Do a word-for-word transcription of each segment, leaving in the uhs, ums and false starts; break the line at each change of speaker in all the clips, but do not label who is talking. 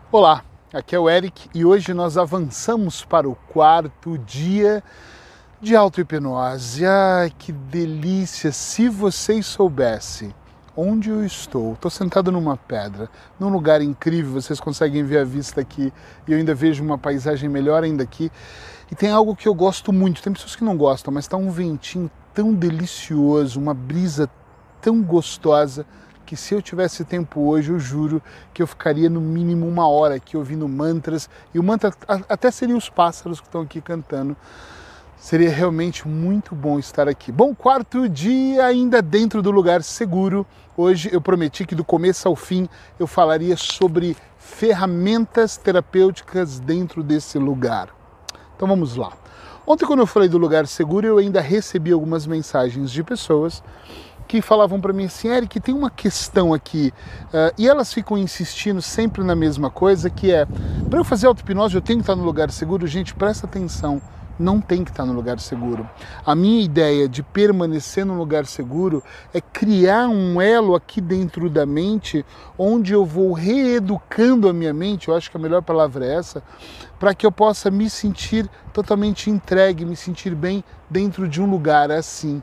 Olá, aqui é o Eric e hoje nós avançamos para o quarto dia de auto-hipnose. Ai, que delícia! Se vocês soubessem onde eu estou, estou sentado numa pedra, num lugar incrível, vocês conseguem ver a vista aqui e eu ainda vejo uma paisagem melhor ainda aqui. E tem algo que eu gosto muito, tem pessoas que não gostam, mas está um ventinho tão delicioso, uma brisa tão gostosa, que se eu tivesse tempo hoje, eu juro que eu ficaria no mínimo uma hora aqui ouvindo mantras, e o mantra até seria os pássaros que estão aqui cantando. Seria realmente muito bom estar aqui. Bom, quarto dia ainda dentro do lugar seguro. Hoje eu prometi que do começo ao fim eu falaria sobre ferramentas terapêuticas dentro desse lugar. Então vamos lá. Ontem, quando eu falei do lugar seguro, eu ainda recebi algumas mensagens de pessoas que falavam para mim assim: Eric, tem uma questão aqui, uh, e elas ficam insistindo sempre na mesma coisa, que é, para eu fazer auto-hipnose eu tenho que estar no lugar seguro. Gente, presta atenção, não tem que estar no lugar seguro. A minha ideia de permanecer no lugar seguro é criar um elo aqui dentro da mente, onde eu vou reeducando a minha mente, eu acho que a melhor palavra é essa, para que eu possa me sentir totalmente entregue, me sentir bem dentro de um lugar assim,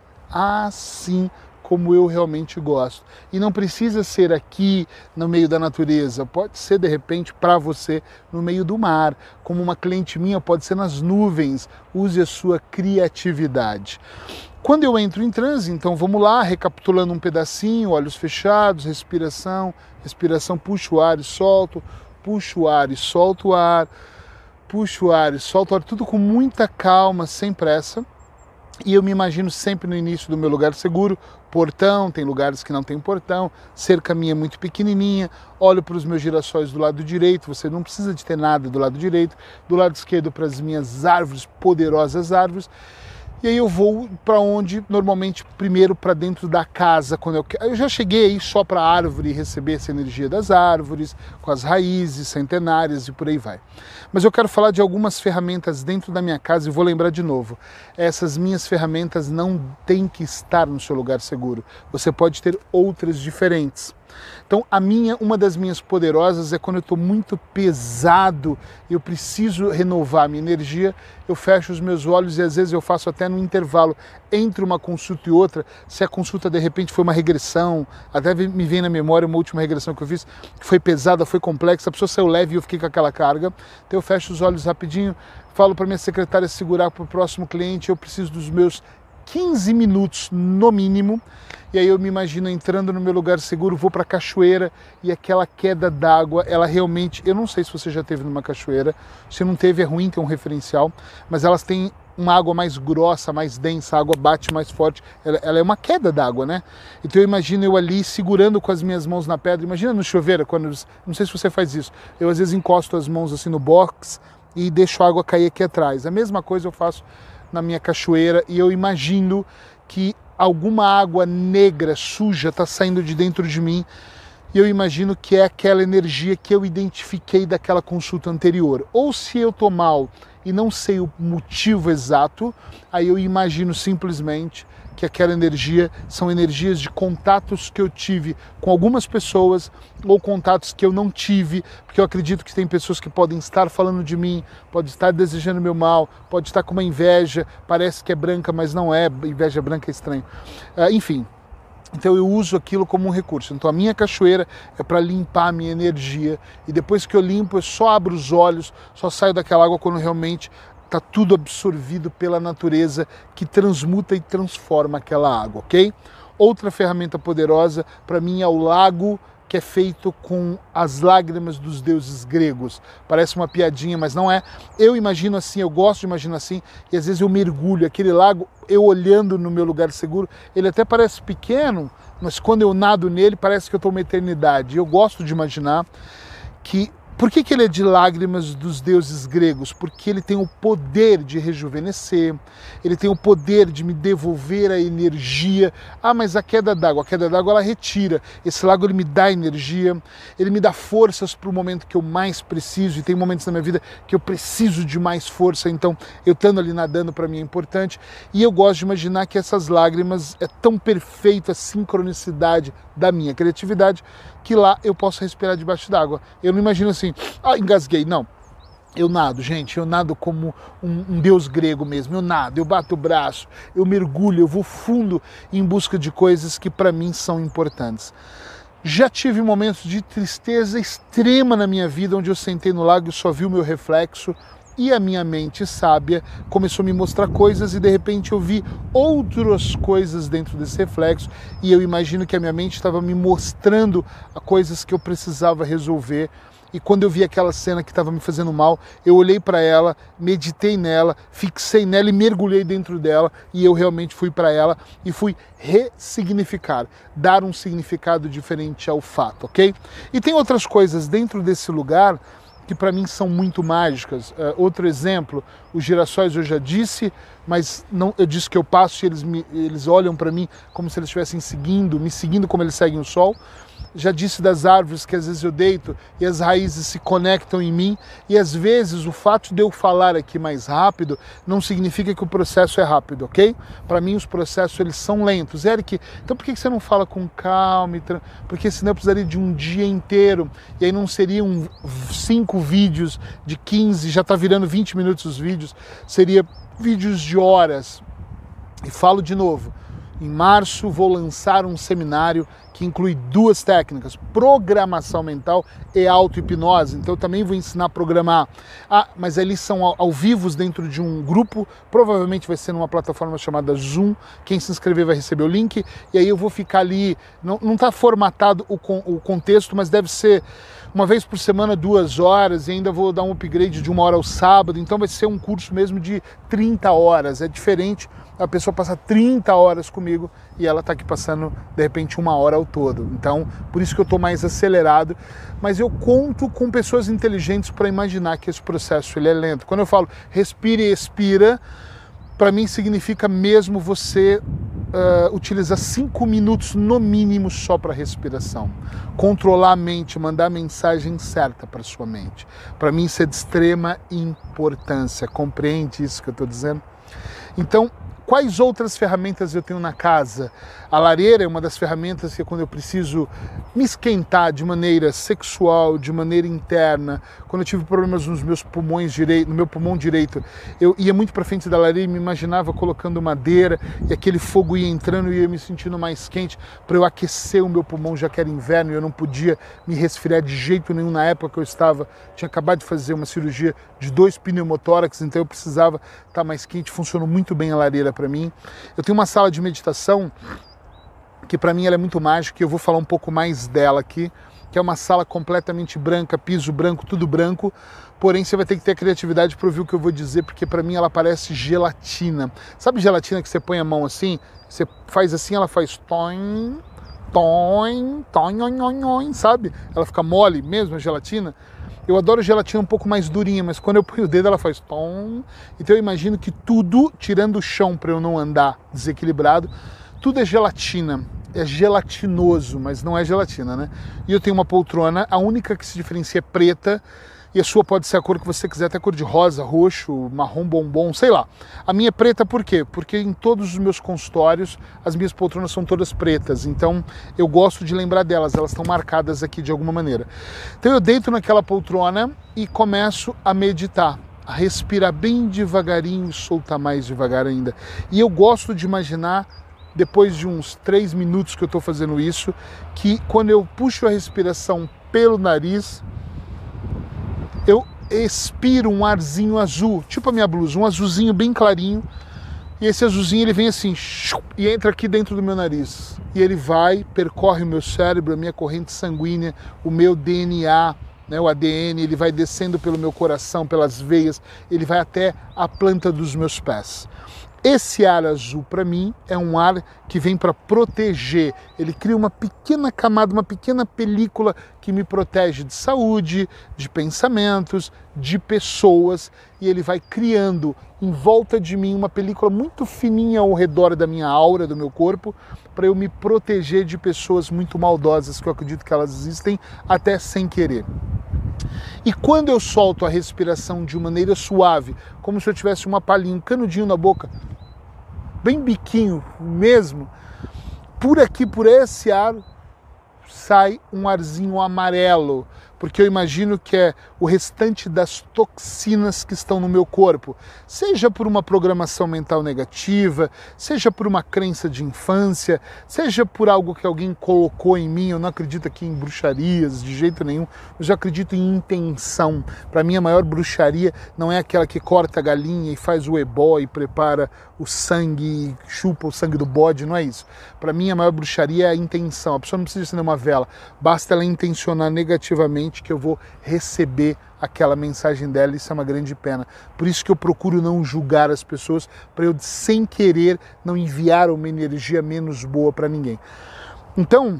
assim, como eu realmente gosto. E não precisa ser aqui no meio da natureza, pode ser de repente para você no meio do mar, como uma cliente minha, pode ser nas nuvens. Use a sua criatividade. Quando eu entro em transe, então vamos lá, recapitulando um pedacinho, olhos fechados, respiração, respiração, puxo o ar e solto, puxo o ar e solto o ar, puxo o ar e solto o ar, tudo com muita calma, sem pressa. E eu me imagino sempre no início do meu lugar seguro, portão, tem lugares que não tem portão, cerca minha é muito pequenininha, olho para os meus girassóis do lado direito, você não precisa de ter nada do lado direito, do lado esquerdo para as minhas árvores, poderosas árvores, e aí eu vou para onde? Normalmente primeiro para dentro da casa, quando eu eu já cheguei aí só para a árvore receber essa energia das árvores, com as raízes centenárias e por aí vai. Mas eu quero falar de algumas ferramentas dentro da minha casa e vou lembrar de novo, essas minhas ferramentas não têm que estar no seu lugar seguro, você pode ter outras diferentes. Então a minha, uma das minhas poderosas é quando eu estou muito pesado, eu preciso renovar a minha energia, eu fecho os meus olhos e às vezes eu faço até no intervalo entre uma consulta e outra, se a consulta de repente foi uma regressão, até me vem na memória uma última regressão que eu fiz, que foi pesada, foi complexa, a pessoa saiu leve e eu fiquei com aquela carga, então eu fecho os olhos rapidinho, falo para minha secretária segurar para o próximo cliente, eu preciso dos meus quinze minutos no mínimo, e aí eu me imagino entrando no meu lugar seguro, vou para a cachoeira e aquela queda d'água, ela realmente, eu não sei se você já teve numa cachoeira, se não teve é ruim ter um referencial, mas elas têm uma água mais grossa, mais densa, a água bate mais forte, ela, ela é uma queda d'água, né? Então eu imagino eu ali segurando com as minhas mãos na pedra, imagina no chuveiro, quando, não sei se você faz isso, eu às vezes encosto as mãos assim no box e deixo a água cair aqui atrás, a mesma coisa eu faço na minha cachoeira e eu imagino que alguma água negra, suja, está saindo de dentro de mim e eu imagino que é aquela energia que eu identifiquei daquela consulta anterior. Ou se eu estou mal e não sei o motivo exato, aí eu imagino simplesmente que aquela energia são energias de contatos que eu tive com algumas pessoas ou contatos que eu não tive, porque eu acredito que tem pessoas que podem estar falando de mim, pode estar desejando meu mal, pode estar com uma inveja, parece que é branca, mas não é, inveja branca é estranho. Uh, enfim, então eu uso aquilo como um recurso. Então a minha cachoeira é para limpar a minha energia e depois que eu limpo eu só abro os olhos, só saio daquela água quando realmente está tudo absorvido pela natureza que transmuta e transforma aquela água, ok? Outra ferramenta poderosa para mim é o lago, que é feito com as lágrimas dos deuses gregos. Parece uma piadinha, mas não é. Eu imagino assim, eu gosto de imaginar assim, e às vezes eu mergulho. Aquele lago, eu olhando no meu lugar seguro, ele até parece pequeno, mas quando eu nado nele, parece que eu estou uma eternidade. Eu gosto de imaginar que... Por que que ele é de lágrimas dos deuses gregos? Porque ele tem o poder de rejuvenescer, ele tem o poder de me devolver a energia. Ah, mas a queda d'água, a queda d'água ela retira. Esse lago ele me dá energia, ele me dá forças para o momento que eu mais preciso, e tem momentos na minha vida que eu preciso de mais força, então eu estando ali nadando para mim é importante. E eu gosto de imaginar que essas lágrimas é tão perfeita a sincronicidade da minha criatividade, que lá eu posso respirar debaixo d'água. Eu não imagino assim, assim, ah, engasguei. Não. Eu nado, gente, eu nado como um, um deus grego mesmo, eu nado, eu bato o braço, eu mergulho, eu vou fundo em busca de coisas que para mim são importantes. Já tive momentos de tristeza extrema na minha vida, onde eu sentei no lago e só vi o meu reflexo e a minha mente sábia começou a me mostrar coisas e de repente eu vi outras coisas dentro desse reflexo e eu imagino que a minha mente estava me mostrando coisas que eu precisava resolver. E quando eu vi aquela cena que estava me fazendo mal, eu olhei para ela, meditei nela, fixei nela e mergulhei dentro dela. E eu realmente fui para ela e fui ressignificar, dar um significado diferente ao fato, ok? E tem outras coisas dentro desse lugar que para mim são muito mágicas. Uh, outro exemplo, os girassóis eu já disse, mas não, eu disse que eu passo e eles, me, eles olham para mim como se eles estivessem seguindo, me seguindo como eles seguem o sol. Já disse das árvores que às vezes eu deito e as raízes se conectam em mim e às vezes o fato de eu falar aqui mais rápido não significa que o processo é rápido, ok? Para mim os processos eles são lentos. Eric, então por que você não fala com calma? Porque senão eu precisaria de um dia inteiro e aí não seriam cinco vídeos de quinze, já está virando vinte minutos os vídeos, seria vídeos de horas. E falo de novo, em março vou lançar um seminário que inclui duas técnicas, programação mental e auto-hipnose. Então eu também vou ensinar a programar. Ah, mas eles são ao, ao vivo dentro de um grupo, provavelmente vai ser numa plataforma chamada Zoom. Quem se inscrever vai receber o link, e aí eu vou ficar ali, não está formatado o, o contexto, mas deve ser uma vez por semana, duas horas, e ainda vou dar um upgrade de uma hora ao sábado, então vai ser um curso mesmo de trinta horas. É diferente a pessoa passar trinta horas comigo e ela está aqui passando, de repente, uma hora ao todo. Então, por isso que eu estou mais acelerado. Mas eu conto com pessoas inteligentes para imaginar que esse processo ele é lento. Quando eu falo respira e expira, para mim significa mesmo você uh, utilizar cinco minutos no mínimo só para respiração. Controlar a mente, mandar a mensagem certa para sua mente. Para mim isso é de extrema importância. Compreende isso que eu estou dizendo? Então, quais outras ferramentas eu tenho na casa? A lareira é uma das ferramentas que quando eu preciso me esquentar de maneira sexual, de maneira interna, quando eu tive problemas nos meus pulmões direito, no meu pulmão direito, eu ia muito para frente da lareira e me imaginava colocando madeira e aquele fogo ia entrando e ia me sentindo mais quente para eu aquecer o meu pulmão, já que era inverno e eu não podia me resfriar de jeito nenhum na época que eu estava, tinha acabado de fazer uma cirurgia de dois pneumotórax, então eu precisava estar mais quente, funcionou muito bem a lareira para mim. Eu tenho uma sala de meditação que para mim ela é muito mágica e eu vou falar um pouco mais dela aqui, que é uma sala completamente branca, piso branco, tudo branco, porém você vai ter que ter a criatividade para ouvir o que eu vou dizer, porque para mim ela parece gelatina. Sabe gelatina que você põe a mão assim, você faz assim, ela faz toim, toim, toim, toim, toim, sabe? Ela fica mole mesmo, a gelatina. Eu adoro gelatina um pouco mais durinha, mas quando eu ponho o dedo ela faz tom. Então eu imagino que tudo, tirando o chão para eu não andar desequilibrado, tudo é gelatina. É gelatinoso, mas não é gelatina, né? E eu tenho uma poltrona, a única que se diferencia é preta, e a sua pode ser a cor que você quiser, até a cor de rosa, roxo, marrom, bombom, sei lá. A minha é preta por quê? Porque em todos os meus consultórios as minhas poltronas são todas pretas, então eu gosto de lembrar delas, elas estão marcadas aqui de alguma maneira. Então eu deito naquela poltrona e começo a meditar, a respirar bem devagarinho e soltar mais devagar ainda. E eu gosto de imaginar, depois de uns três minutos que eu estou fazendo isso, que quando eu puxo a respiração pelo nariz, eu expiro um arzinho azul, tipo a minha blusa, um azulzinho bem clarinho, e esse azulzinho ele vem assim, e entra aqui dentro do meu nariz, e ele vai, percorre o meu cérebro, a minha corrente sanguínea, o meu D N A, né, o A D N, ele vai descendo pelo meu coração, pelas veias, ele vai até a planta dos meus pés. Esse ar azul, para mim, é um ar que vem para proteger. Ele cria uma pequena camada, uma pequena película que me protege de saúde, de pensamentos, de pessoas. E ele vai criando em volta de mim uma película muito fininha ao redor da minha aura, do meu corpo, para eu me proteger de pessoas muito maldosas, que eu acredito que elas existem até sem querer. E quando eu solto a respiração de maneira suave, como se eu tivesse uma palhinha, um canudinho na boca, bem biquinho mesmo, por aqui, por esse ar, sai um arzinho amarelo. porque eu imagino que é o restante das toxinas que estão no meu corpo, seja por uma programação mental negativa, seja por uma crença de infância, seja por algo que alguém colocou em mim. Eu não acredito aqui em bruxarias de jeito nenhum, eu já acredito em intenção. Para mim a maior bruxaria não é aquela que corta a galinha e faz o ebó e prepara o sangue, chupa o sangue do bode, não é isso. Para mim a maior bruxaria é a intenção. A pessoa não precisa acender uma vela, basta ela intencionar negativamente que eu vou receber aquela mensagem dela. Isso é uma grande pena. Por isso que eu procuro não julgar as pessoas, para eu sem querer não enviar uma energia menos boa para ninguém. Então,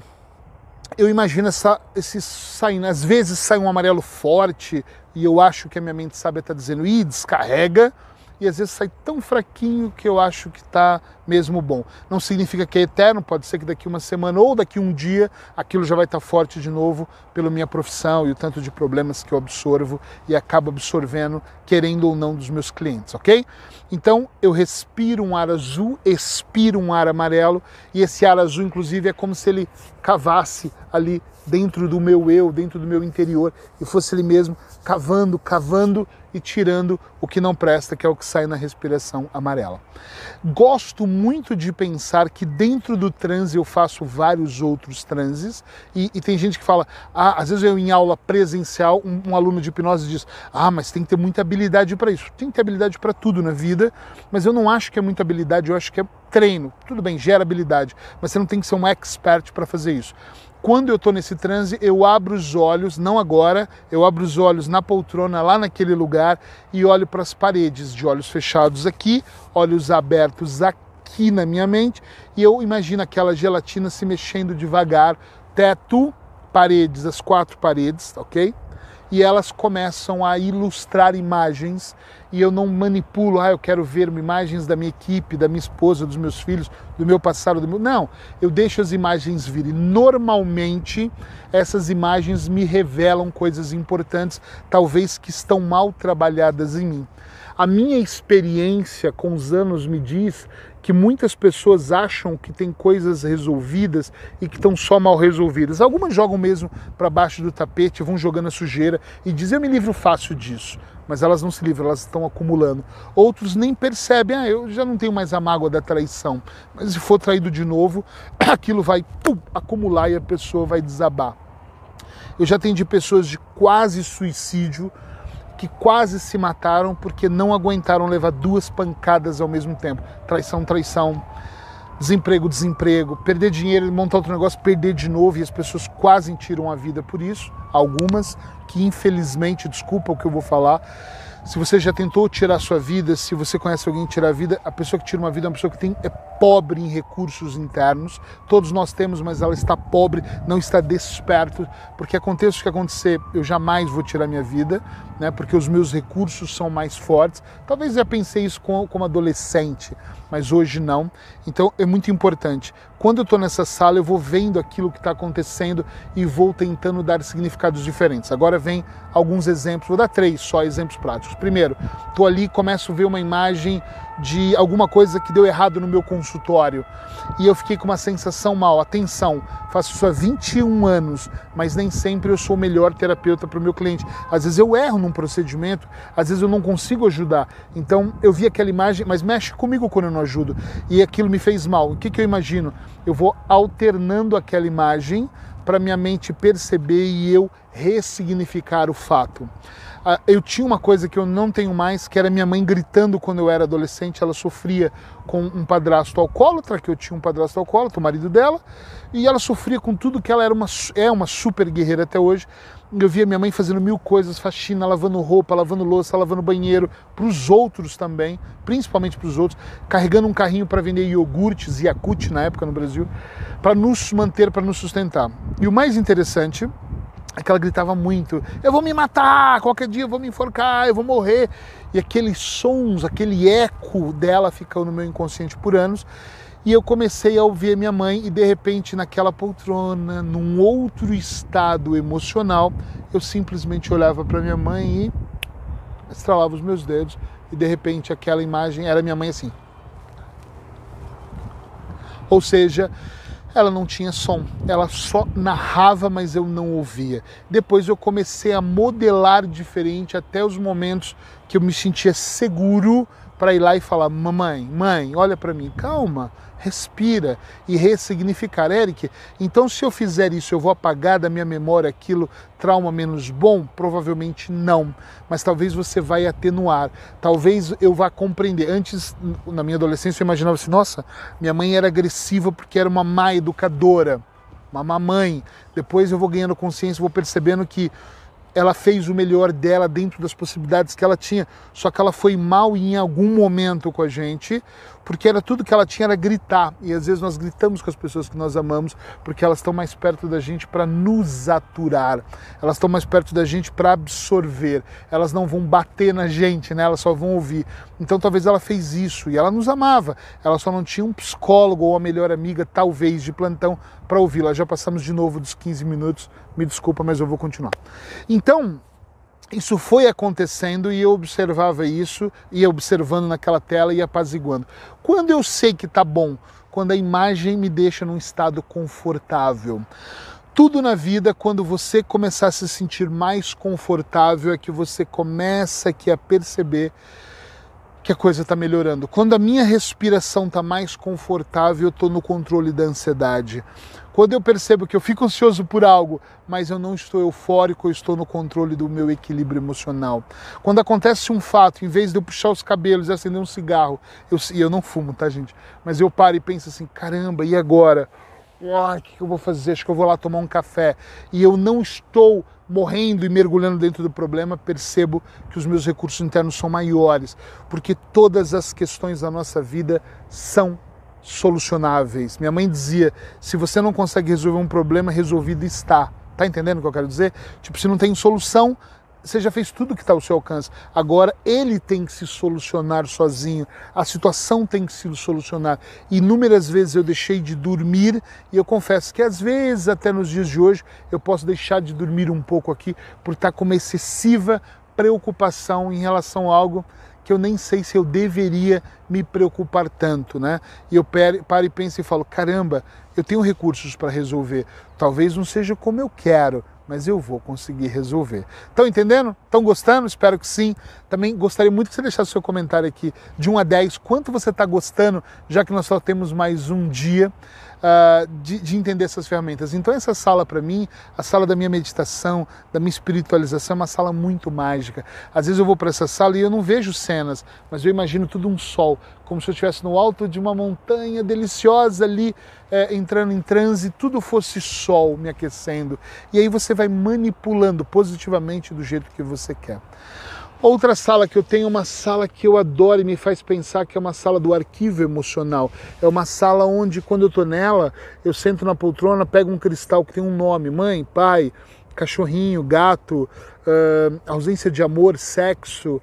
eu imagino essa, esse saindo, às vezes sai um amarelo forte e eu acho que a minha mente sábia está dizendo, ih, descarrega, e às vezes sai tão fraquinho que eu acho que está mesmo bom. Não significa que é eterno, pode ser que daqui uma semana ou daqui um dia aquilo já vai estar forte de novo pela minha profissão e o tanto de problemas que eu absorvo e acabo absorvendo, querendo ou não, dos meus clientes, ok? Então eu respiro um ar azul, expiro um ar amarelo, e esse ar azul inclusive é como se ele cavasse ali dentro do meu eu, dentro do meu interior, e fosse ele mesmo cavando, cavando e tirando o que não presta, que é o que sai na respiração amarela. Gosto muito de pensar que dentro do transe eu faço vários outros transes, e, e tem gente que fala, ah, às vezes eu em aula presencial, um, um aluno de hipnose diz, ah, mas tem que ter muita habilidade para isso. Tem que ter habilidade para tudo na vida, mas eu não acho que é muita habilidade, eu acho que é treino. Tudo bem, gera habilidade, mas você não tem que ser um expert para fazer isso. Quando eu estou nesse transe, eu abro os olhos, não agora, eu abro os olhos na poltrona, lá naquele lugar, e olho para as paredes, de olhos fechados aqui, olhos abertos aqui na minha mente, e eu imagino aquela gelatina se mexendo devagar, teto, paredes, as quatro paredes, ok? E elas começam a ilustrar imagens, e eu não manipulo, ah, eu quero ver imagens da minha equipe, da minha esposa, dos meus filhos, do meu passado, do meu... Não, eu deixo as imagens virem. Normalmente, essas imagens me revelam coisas importantes, talvez que estão mal trabalhadas em mim. A minha experiência com os anos me diz que muitas pessoas acham que tem coisas resolvidas e que estão só mal resolvidas. Algumas jogam mesmo para baixo do tapete, vão jogando a sujeira e dizem, eu me livro fácil disso. Mas elas não se livram, elas estão acumulando. Outros nem percebem, ah, eu já não tenho mais a mágoa da traição. Mas se for traído de novo, aquilo vai pum, acumular e a pessoa vai desabar. Eu já atendi pessoas de quase suicídio, que quase se mataram porque não aguentaram levar duas pancadas ao mesmo tempo. Traição, traição, desemprego, desemprego, perder dinheiro, montar outro negócio, perder de novo, e as pessoas quase tiram a vida por isso. Algumas que infelizmente, desculpa o que eu vou falar, se você já tentou tirar a sua vida, se você conhece alguém que tira a vida, a pessoa que tira uma vida é uma pessoa que tem, é pobre em recursos internos. Todos nós temos, mas ela está pobre, não está desperto, porque aconteça o que acontecer, eu jamais vou tirar minha vida, né, porque os meus recursos são mais fortes. Talvez eu já pensei isso como, como adolescente, mas hoje não. Então é muito importante. Quando eu estou nessa sala, eu vou vendo aquilo que está acontecendo e vou tentando dar significados diferentes. Agora vem alguns exemplos, vou dar três só exemplos práticos. Primeiro, estou ali e começo a ver uma imagem de alguma coisa que deu errado no meu consultório e eu fiquei com uma sensação mal. Atenção, faço isso há vinte e um anos, mas nem sempre eu sou o melhor terapeuta para o meu cliente. Às vezes eu erro num procedimento, às vezes eu não consigo ajudar. Então eu vi aquela imagem, mas mexe comigo quando eu não ajudo, e aquilo me fez mal. O que, que eu imagino? Eu vou alternando aquela imagem para minha mente perceber e eu ressignificar o fato. Eu tinha uma coisa que eu não tenho mais, que era minha mãe gritando quando eu era adolescente. Ela sofria com um padrasto alcoólatra, que eu tinha um padrasto alcoólatra, o marido dela, e ela sofria com tudo, que ela era uma, é uma super guerreira até hoje. Eu via minha mãe fazendo mil coisas, faxina, lavando roupa, lavando louça, lavando banheiro, para os outros também, principalmente para os outros, carregando um carrinho para vender iogurtes, Yakult na época no Brasil, para nos manter, para nos sustentar. E o mais interessante é que ela gritava muito, eu vou me matar, qualquer dia eu vou me enforcar, eu vou morrer. E aqueles sons, aquele eco dela ficou no meu inconsciente por anos. E eu comecei a ouvir minha mãe e de repente naquela poltrona, num outro estado emocional, eu simplesmente olhava para minha mãe e estralava os meus dedos e de repente aquela imagem era minha mãe assim. Ou seja, ela não tinha som, ela só narrava, mas eu não ouvia. Depois eu comecei a modelar diferente até os momentos que eu me sentia seguro para ir lá e falar: mamãe, mãe, olha para mim, calma, respira, e ressignificar. Eric, então se eu fizer isso, eu vou apagar da minha memória aquilo, trauma menos bom? Provavelmente não, mas talvez você vai atenuar, talvez eu vá compreender. Antes, na minha adolescência, eu imaginava assim: nossa, minha mãe era agressiva porque era uma má educadora, uma mamãe. Depois eu vou ganhando consciência, vou percebendo que ela fez o melhor dela dentro das possibilidades que ela tinha, só que ela foi mal em algum momento com a gente, porque era tudo que ela tinha era gritar, e às vezes nós gritamos com as pessoas que nós amamos, porque elas estão mais perto da gente para nos aturar, elas estão mais perto da gente para absorver, elas não vão bater na gente, né? Elas só vão ouvir. Então talvez ela fez isso, e ela nos amava, ela só não tinha um psicólogo ou a melhor amiga, talvez, de plantão para ouvi-la. Já passamos de novo dos quinze minutos, me desculpa, mas eu vou continuar. Então, isso foi acontecendo e eu observava isso, ia observando naquela tela e apaziguando. Quando eu sei que tá bom, quando a imagem me deixa num estado confortável. Tudo na vida, quando você começar a se sentir mais confortável, é que você começa aqui a perceber que a coisa está melhorando. Quando a minha respiração está mais confortável, eu estou no controle da ansiedade. Quando eu percebo que eu fico ansioso por algo, mas eu não estou eufórico, eu estou no controle do meu equilíbrio emocional. Quando acontece um fato, em vez de eu puxar os cabelos e acender um cigarro, eu, e eu não fumo, tá, gente? Mas eu paro e penso assim: caramba, e agora? Ah, o que eu vou fazer? Acho que eu vou lá tomar um café. E eu não estou morrendo e mergulhando dentro do problema, percebo que os meus recursos internos são maiores, porque todas as questões da nossa vida são solucionáveis. Minha mãe dizia: se você não consegue resolver um problema, resolvido está. Tá entendendo o que eu quero dizer? Tipo, se não tem solução, você já fez tudo que está ao seu alcance. Agora ele tem que se solucionar sozinho, a situação tem que se solucionar. Inúmeras vezes eu deixei de dormir, e eu confesso que às vezes, até nos dias de hoje, eu posso deixar de dormir um pouco aqui por estar com uma excessiva preocupação em relação a algo que eu nem sei se eu deveria me preocupar tanto, né? E eu paro e penso e falo: caramba, eu tenho recursos para resolver. Talvez não seja como eu quero, mas eu vou conseguir resolver. Estão entendendo? Estão gostando? Espero que sim. Também gostaria muito que você deixasse seu comentário aqui de um a dez. Quanto você está gostando, já que nós só temos mais um dia uh, de, de entender essas ferramentas. Então essa sala para mim, a sala da minha meditação, da minha espiritualização, é uma sala muito mágica. Às vezes eu vou para essa sala e eu não vejo cenas, mas eu imagino tudo um sol, como se eu estivesse no alto de uma montanha deliciosa ali, é, entrando em transe, tudo fosse sol me aquecendo. E aí você vai manipulando positivamente do jeito que você quer. Outra sala que eu tenho é uma sala que eu adoro e me faz pensar, que é uma sala do arquivo emocional. É uma sala onde, quando eu estou nela, eu sento na poltrona, pego um cristal que tem um nome: mãe, pai, cachorrinho, gato, uh, ausência de amor, sexo,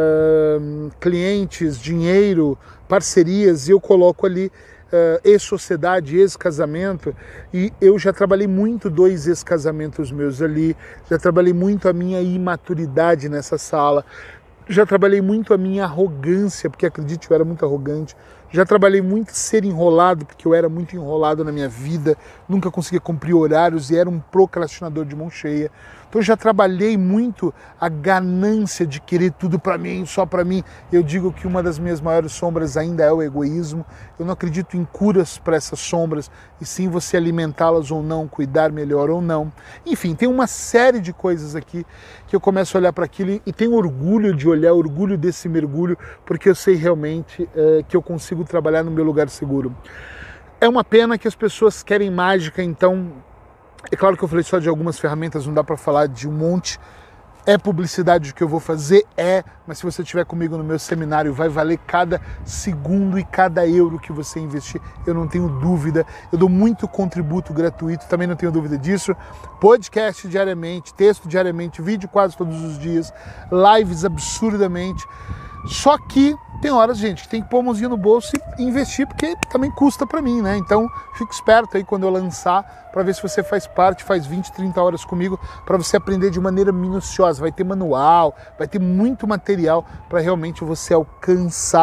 uh, clientes, dinheiro, parcerias, e eu coloco ali Uh, ex-sociedade, ex-casamento, e eu já trabalhei muito dois ex-casamentos meus ali, já trabalhei muito a minha imaturidade nessa sala, já trabalhei muito a minha arrogância, porque acredite, eu era muito arrogante, já trabalhei muito ser enrolado, porque eu era muito enrolado na minha vida, nunca conseguia cumprir horários e era um procrastinador de mão cheia. Então eu já trabalhei muito a ganância de querer tudo para mim, só para mim. Eu digo que uma das minhas maiores sombras ainda é o egoísmo. Eu não acredito em curas para essas sombras, e sim você alimentá-las ou não, cuidar melhor ou não. Enfim, tem uma série de coisas aqui que eu começo a olhar para aquilo e tenho orgulho de olhar, orgulho desse mergulho, porque eu sei realmente é, que eu consigo trabalhar no meu lugar seguro. É uma pena que as pessoas querem mágica, então é claro que eu falei só de algumas ferramentas, não dá para falar de um monte. É publicidade o que eu vou fazer? É, mas se você estiver comigo no meu seminário, vai valer cada segundo e cada euro que você investir, eu não tenho dúvida. Eu dou muito contributo gratuito, também não tenho dúvida disso. Podcast diariamente, texto diariamente, vídeo quase todos os dias, lives absurdamente. Só que tem horas, gente, que tem que pôr a mãozinha no bolso e investir, porque também custa para mim, né? Então, fica esperto aí quando eu lançar, para ver se você faz parte, faz vinte, trinta horas comigo, para você aprender de maneira minuciosa. Vai ter manual, vai ter muito material para realmente você alcançar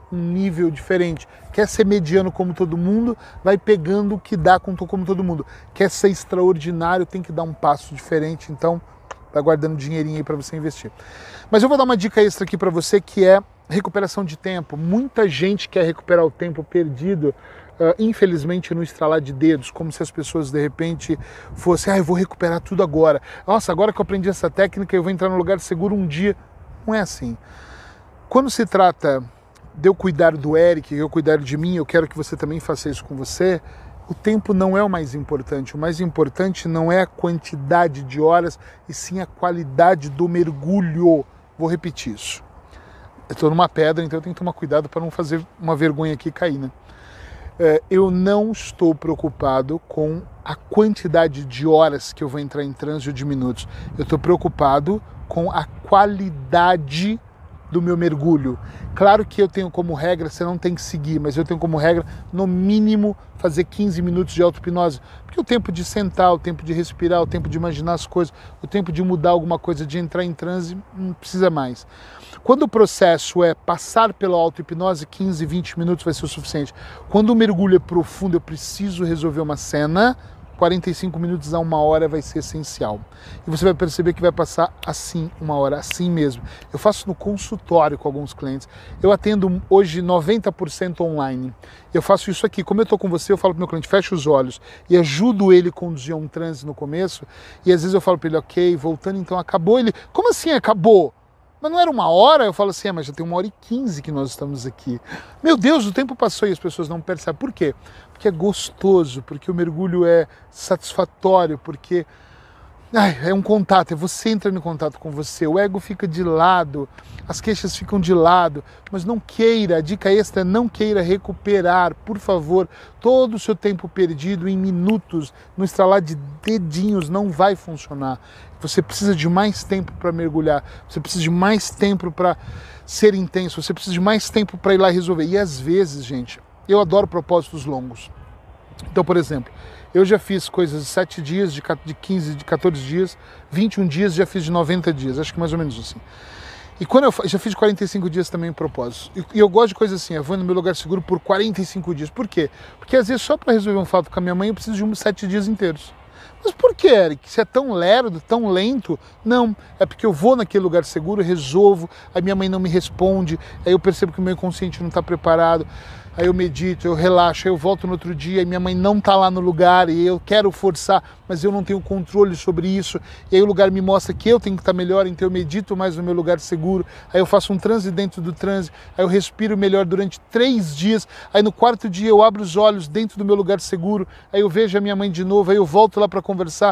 um nível diferente. Quer ser mediano como todo mundo, vai pegando o que dá como todo mundo. Quer ser extraordinário, tem que dar um passo diferente, então vai guardando dinheirinho aí para você investir. Mas eu vou dar uma dica extra aqui para você, que é recuperação de tempo. Muita gente quer recuperar o tempo perdido, uh, infelizmente no estralar de dedos, como se as pessoas de repente fossem, ah, eu vou recuperar tudo agora. Nossa, agora que eu aprendi essa técnica, eu vou entrar no lugar seguro um dia. Não é assim. Quando se trata de eu cuidar do Eric, eu cuidar de mim, eu quero que você também faça isso com você, o tempo não é o mais importante. O mais importante não é a quantidade de horas, e sim a qualidade do mergulho. Vou repetir isso. Eu estou numa pedra, então eu tenho que tomar cuidado para não fazer uma vergonha aqui e cair, né? É, eu não estou preocupado com a quantidade de horas que eu vou entrar em transe ou de minutos. Eu estou preocupado com a qualidade do meu mergulho. Claro que eu tenho como regra, você não tem que seguir, mas eu tenho como regra, no mínimo, fazer quinze minutos de auto-hipnose. Porque o tempo de sentar, o tempo de respirar, o tempo de imaginar as coisas, o tempo de mudar alguma coisa, de entrar em transe, não precisa mais. Quando o processo é passar pela auto-hipnose, quinze, vinte minutos vai ser o suficiente. Quando o mergulho é profundo, eu preciso resolver uma cena, quarenta e cinco minutos a uma hora vai ser essencial. E você vai perceber que vai passar assim, uma hora, assim mesmo. Eu faço no consultório com alguns clientes. Eu atendo hoje noventa por cento online. Eu faço isso aqui. Como eu estou com você, eu falo para o meu cliente, fecha os olhos e ajudo ele a conduzir a um transe no começo. E às vezes eu falo para ele, ok, voltando, então acabou. Ele, como assim acabou? Mas não era uma hora? Eu falo assim, ah, mas já tem uma hora e quinze que nós estamos aqui. Meu Deus, o tempo passou e as pessoas não percebem. Por quê? Porque é gostoso, porque o mergulho é satisfatório, porque ai, é um contato, é você entrando em contato com você. O ego fica de lado, as queixas ficam de lado, mas não queira, a dica extra é não queira recuperar, por favor, todo o seu tempo perdido em minutos, no estralar de dedinhos, não vai funcionar. Você precisa de mais tempo para mergulhar, você precisa de mais tempo para ser intenso, você precisa de mais tempo para ir lá resolver. E às vezes, gente, eu adoro propósitos longos. Então, por exemplo, eu já fiz coisas de sete dias, de quinze, de quatorze dias, vinte e um dias, já fiz de noventa dias, acho que mais ou menos assim. E quando eu já fiz de quarenta e cinco dias também em propósitos. E eu gosto de coisas assim, eu vou no meu lugar seguro por quarenta e cinco dias. Por quê? Porque às vezes só para resolver um fato com a minha mãe eu preciso de uns sete dias inteiros. Mas por que, Eric? Você é tão lerdo, tão lento? Não, é porque eu vou naquele lugar seguro, resolvo, a minha mãe não me responde, aí eu percebo que o meu inconsciente não está preparado, aí eu medito, eu relaxo, aí eu volto no outro dia, e minha mãe não está lá no lugar, e eu quero forçar, mas eu não tenho controle sobre isso, e aí o lugar me mostra que eu tenho que estar melhor, então eu medito mais no meu lugar seguro, aí eu faço um transe dentro do transe, aí eu respiro melhor durante três dias, aí no quarto dia eu abro os olhos dentro do meu lugar seguro, aí eu vejo a minha mãe de novo, aí eu volto lá para conversar.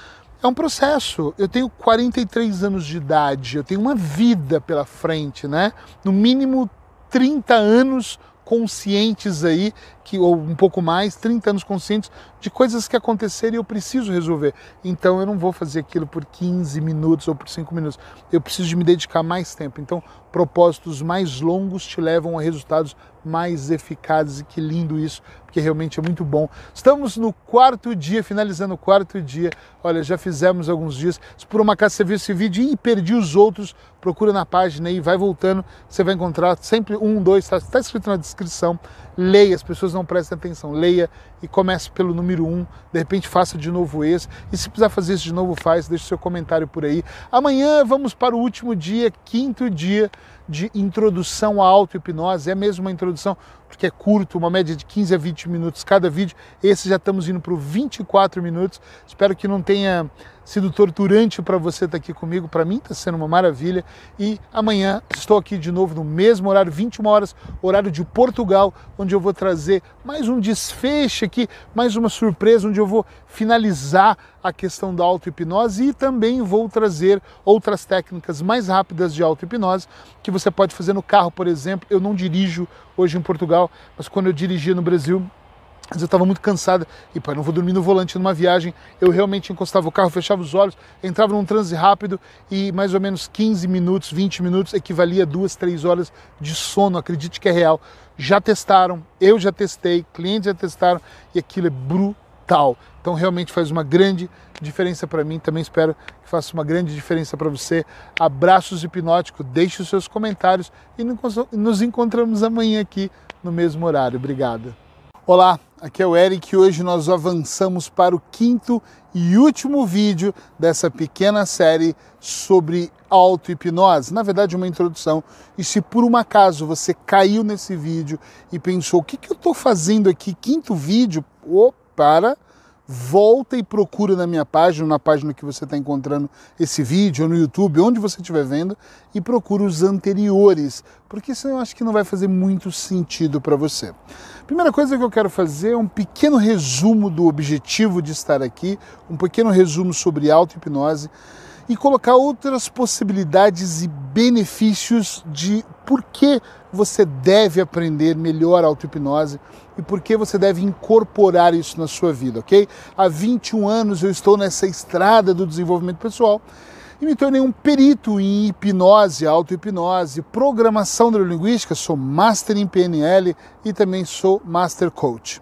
É um processo. Eu tenho quarenta e três anos de idade, eu tenho uma vida pela frente, né? No mínimo trinta anos conscientes aí, que, ou um pouco mais, trinta anos conscientes de coisas que aconteceram e eu preciso resolver. Então eu não vou fazer aquilo por quinze minutos ou por cinco minutos. Eu preciso de me dedicar mais tempo. Então propósitos mais longos te levam a resultados mais eficazes, e que lindo isso, porque realmente é muito bom. Estamos no quarto dia, finalizando o quarto dia. Olha, já fizemos alguns dias. Se por uma acaso você viu esse vídeo e perdi os outros, procura na página aí, vai voltando, você vai encontrar sempre um, dois, está tá escrito na descrição. Leia, as pessoas não prestam atenção, leia e comece pelo número um, de repente faça de novo esse, e se precisar fazer isso de novo, faz, deixe seu comentário por aí. Amanhã vamos para o último dia, quinto dia de introdução à auto-hipnose, é mesmo uma introdução, porque é curto, uma média de quinze a vinte minutos cada vídeo, esse já estamos indo para o vinte e quatro minutos, espero que não tenha sido torturante para você estar aqui comigo, para mim está sendo uma maravilha, e amanhã estou aqui de novo no mesmo horário, vinte e uma horas, horário de Portugal, onde eu vou trazer mais um desfecho aqui, mais uma surpresa, onde eu vou finalizar a questão da auto-hipnose e também vou trazer outras técnicas mais rápidas de auto-hipnose que você pode fazer no carro, por exemplo. Eu não dirijo hoje em Portugal, mas quando eu dirigia no Brasil, às vezes eu estava muito cansado e, pô, não vou dormir no volante numa viagem, eu realmente encostava o carro, fechava os olhos, entrava num transe rápido e mais ou menos quinze minutos, vinte minutos equivalia a duas, três horas de sono, acredite que é real. Já testaram, eu já testei, clientes já testaram e aquilo é brutal. total. Então realmente faz uma grande diferença para mim, também espero que faça uma grande diferença para você. Abraços hipnóticos, deixe os seus comentários e nos encontramos amanhã aqui no mesmo horário. Obrigado. Olá, aqui é o Eric e hoje nós avançamos para o quinto e último vídeo dessa pequena série sobre auto-hipnose. Na verdade, uma introdução. E se por um acaso você caiu nesse vídeo e pensou, o que, que eu estou fazendo aqui? Quinto vídeo? Oh, para, volta e procura na minha página, na página que você está encontrando esse vídeo, ou no YouTube, onde você estiver vendo, e procura os anteriores, porque senão eu acho que não vai fazer muito sentido para você. Primeira coisa que eu quero fazer é um pequeno resumo do objetivo de estar aqui, um pequeno resumo sobre auto-hipnose e colocar outras possibilidades e benefícios de por que você deve aprender melhor auto-hipnose e por que você deve incorporar isso na sua vida, ok? Há vinte e um anos eu estou nessa estrada do desenvolvimento pessoal e me tornei um perito em hipnose, auto-hipnose, programação neurolinguística, sou master em P N L e também sou master coach.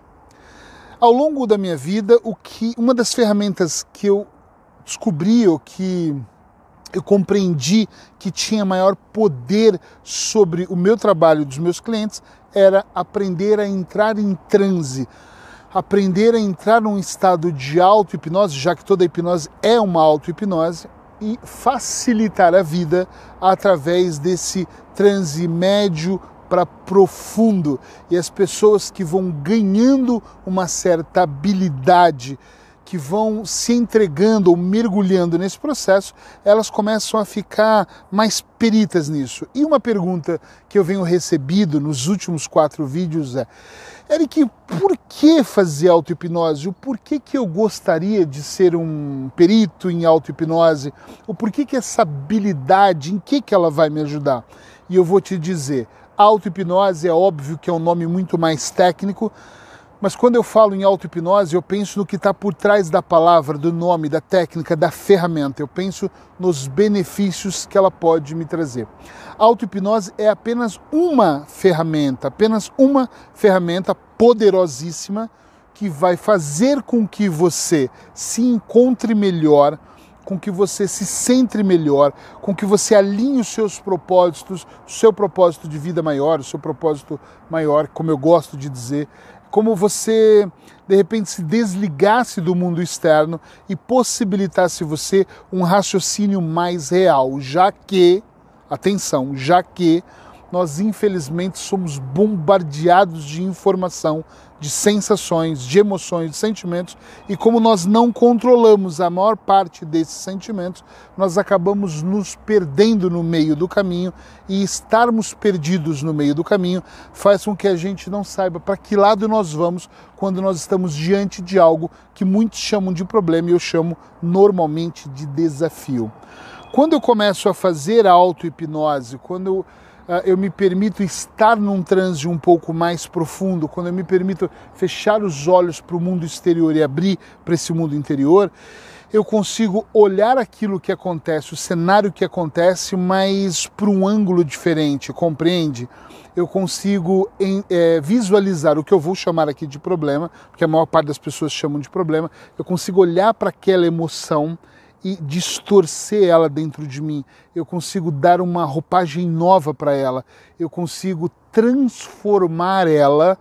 Ao longo da minha vida, o que, uma das ferramentas que eu descobri, ou que eu compreendi que tinha maior poder sobre o meu trabalho e dos meus clientes, era aprender a entrar em transe, aprender a entrar num estado de auto-hipnose, já que toda hipnose é uma auto-hipnose, e facilitar a vida através desse transe médio para profundo. E as pessoas que vão ganhando uma certa habilidade, que vão se entregando ou mergulhando nesse processo, elas começam a ficar mais peritas nisso. E uma pergunta que eu venho recebido nos últimos quatro vídeos é: Eric, por que fazer auto-hipnose? O porquê que eu gostaria de ser um perito em auto-hipnose? O porquê que essa habilidade, em que, que ela vai me ajudar? E eu vou te dizer, auto-hipnose é óbvio que é um nome muito mais técnico, mas quando eu falo em auto-hipnose, eu penso no que está por trás da palavra, do nome, da técnica, da ferramenta. Eu penso nos benefícios que ela pode me trazer. A auto-hipnose é apenas uma ferramenta, apenas uma ferramenta poderosíssima que vai fazer com que você se encontre melhor, com que você se centre melhor, com que você alinhe os seus propósitos, o seu propósito de vida maior, o seu propósito maior, como eu gosto de dizer, como você, de repente, se desligasse do mundo externo e possibilitasse você um raciocínio mais real, já que, atenção, já que nós infelizmente somos bombardeados de informação, de sensações, de emoções, de sentimentos, e como nós não controlamos a maior parte desses sentimentos, nós acabamos nos perdendo no meio do caminho, e estarmos perdidos no meio do caminho faz com que a gente não saiba para que lado nós vamos quando nós estamos diante de algo que muitos chamam de problema e eu chamo normalmente de desafio. Quando eu começo a fazer a auto-hipnose, quando eu eu me permito estar num transe um pouco mais profundo, quando eu me permito fechar os olhos para o mundo exterior e abrir para esse mundo interior, eu consigo olhar aquilo que acontece, o cenário que acontece, mas por um ângulo diferente, compreende? Eu consigo em, é, visualizar o que eu vou chamar aqui de problema, porque a maior parte das pessoas chamam de problema, eu consigo olhar para aquela emoção e distorcer ela dentro de mim, eu consigo dar uma roupagem nova para ela, eu consigo transformar ela,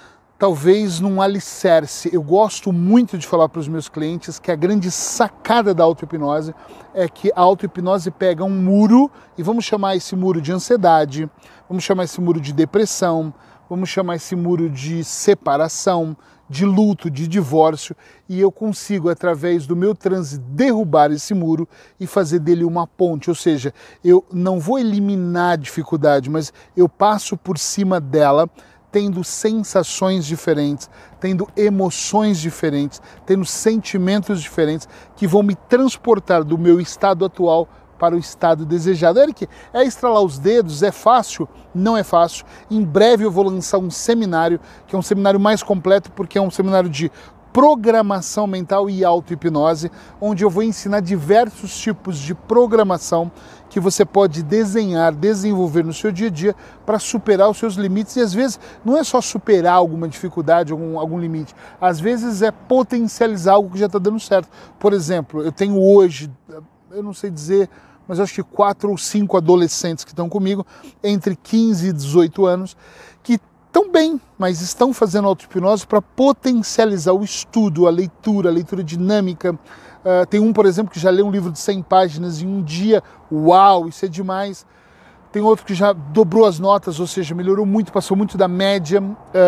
talvez num alicerce. Eu gosto muito de falar para os meus clientes que a grande sacada da auto-hipnose é que a auto-hipnose pega um muro, e vamos chamar esse muro de ansiedade, vamos chamar esse muro de depressão, vamos chamar esse muro de separação, de luto, de divórcio, e eu consigo, através do meu transe, derrubar esse muro e fazer dele uma ponte. Ou seja, eu não vou eliminar a dificuldade, mas eu passo por cima dela, tendo sensações diferentes, tendo emoções diferentes, tendo sentimentos diferentes, que vão me transportar do meu estado atual para o estado desejado. Eric, é estralar os dedos? É fácil? Não é fácil. Em breve eu vou lançar um seminário, que é um seminário mais completo, porque é um seminário de Programação Mental e Auto-Hipnose, onde eu vou ensinar diversos tipos de programação que você pode desenhar, desenvolver no seu dia a dia para superar os seus limites. E às vezes não é só superar alguma dificuldade, algum, algum limite, às vezes é potencializar algo que já está dando certo. Por exemplo, eu tenho hoje, eu não sei dizer, mas eu acho que quatro ou cinco adolescentes que estão comigo, entre quinze e dezoito anos, que estão bem, mas estão fazendo auto-hipnose para potencializar o estudo, a leitura, a leitura dinâmica. Uh, tem um, por exemplo, que já leu um livro de cem páginas em um dia. Uau, isso é demais. Tem outro que já dobrou as notas, ou seja, melhorou muito, passou muito da média,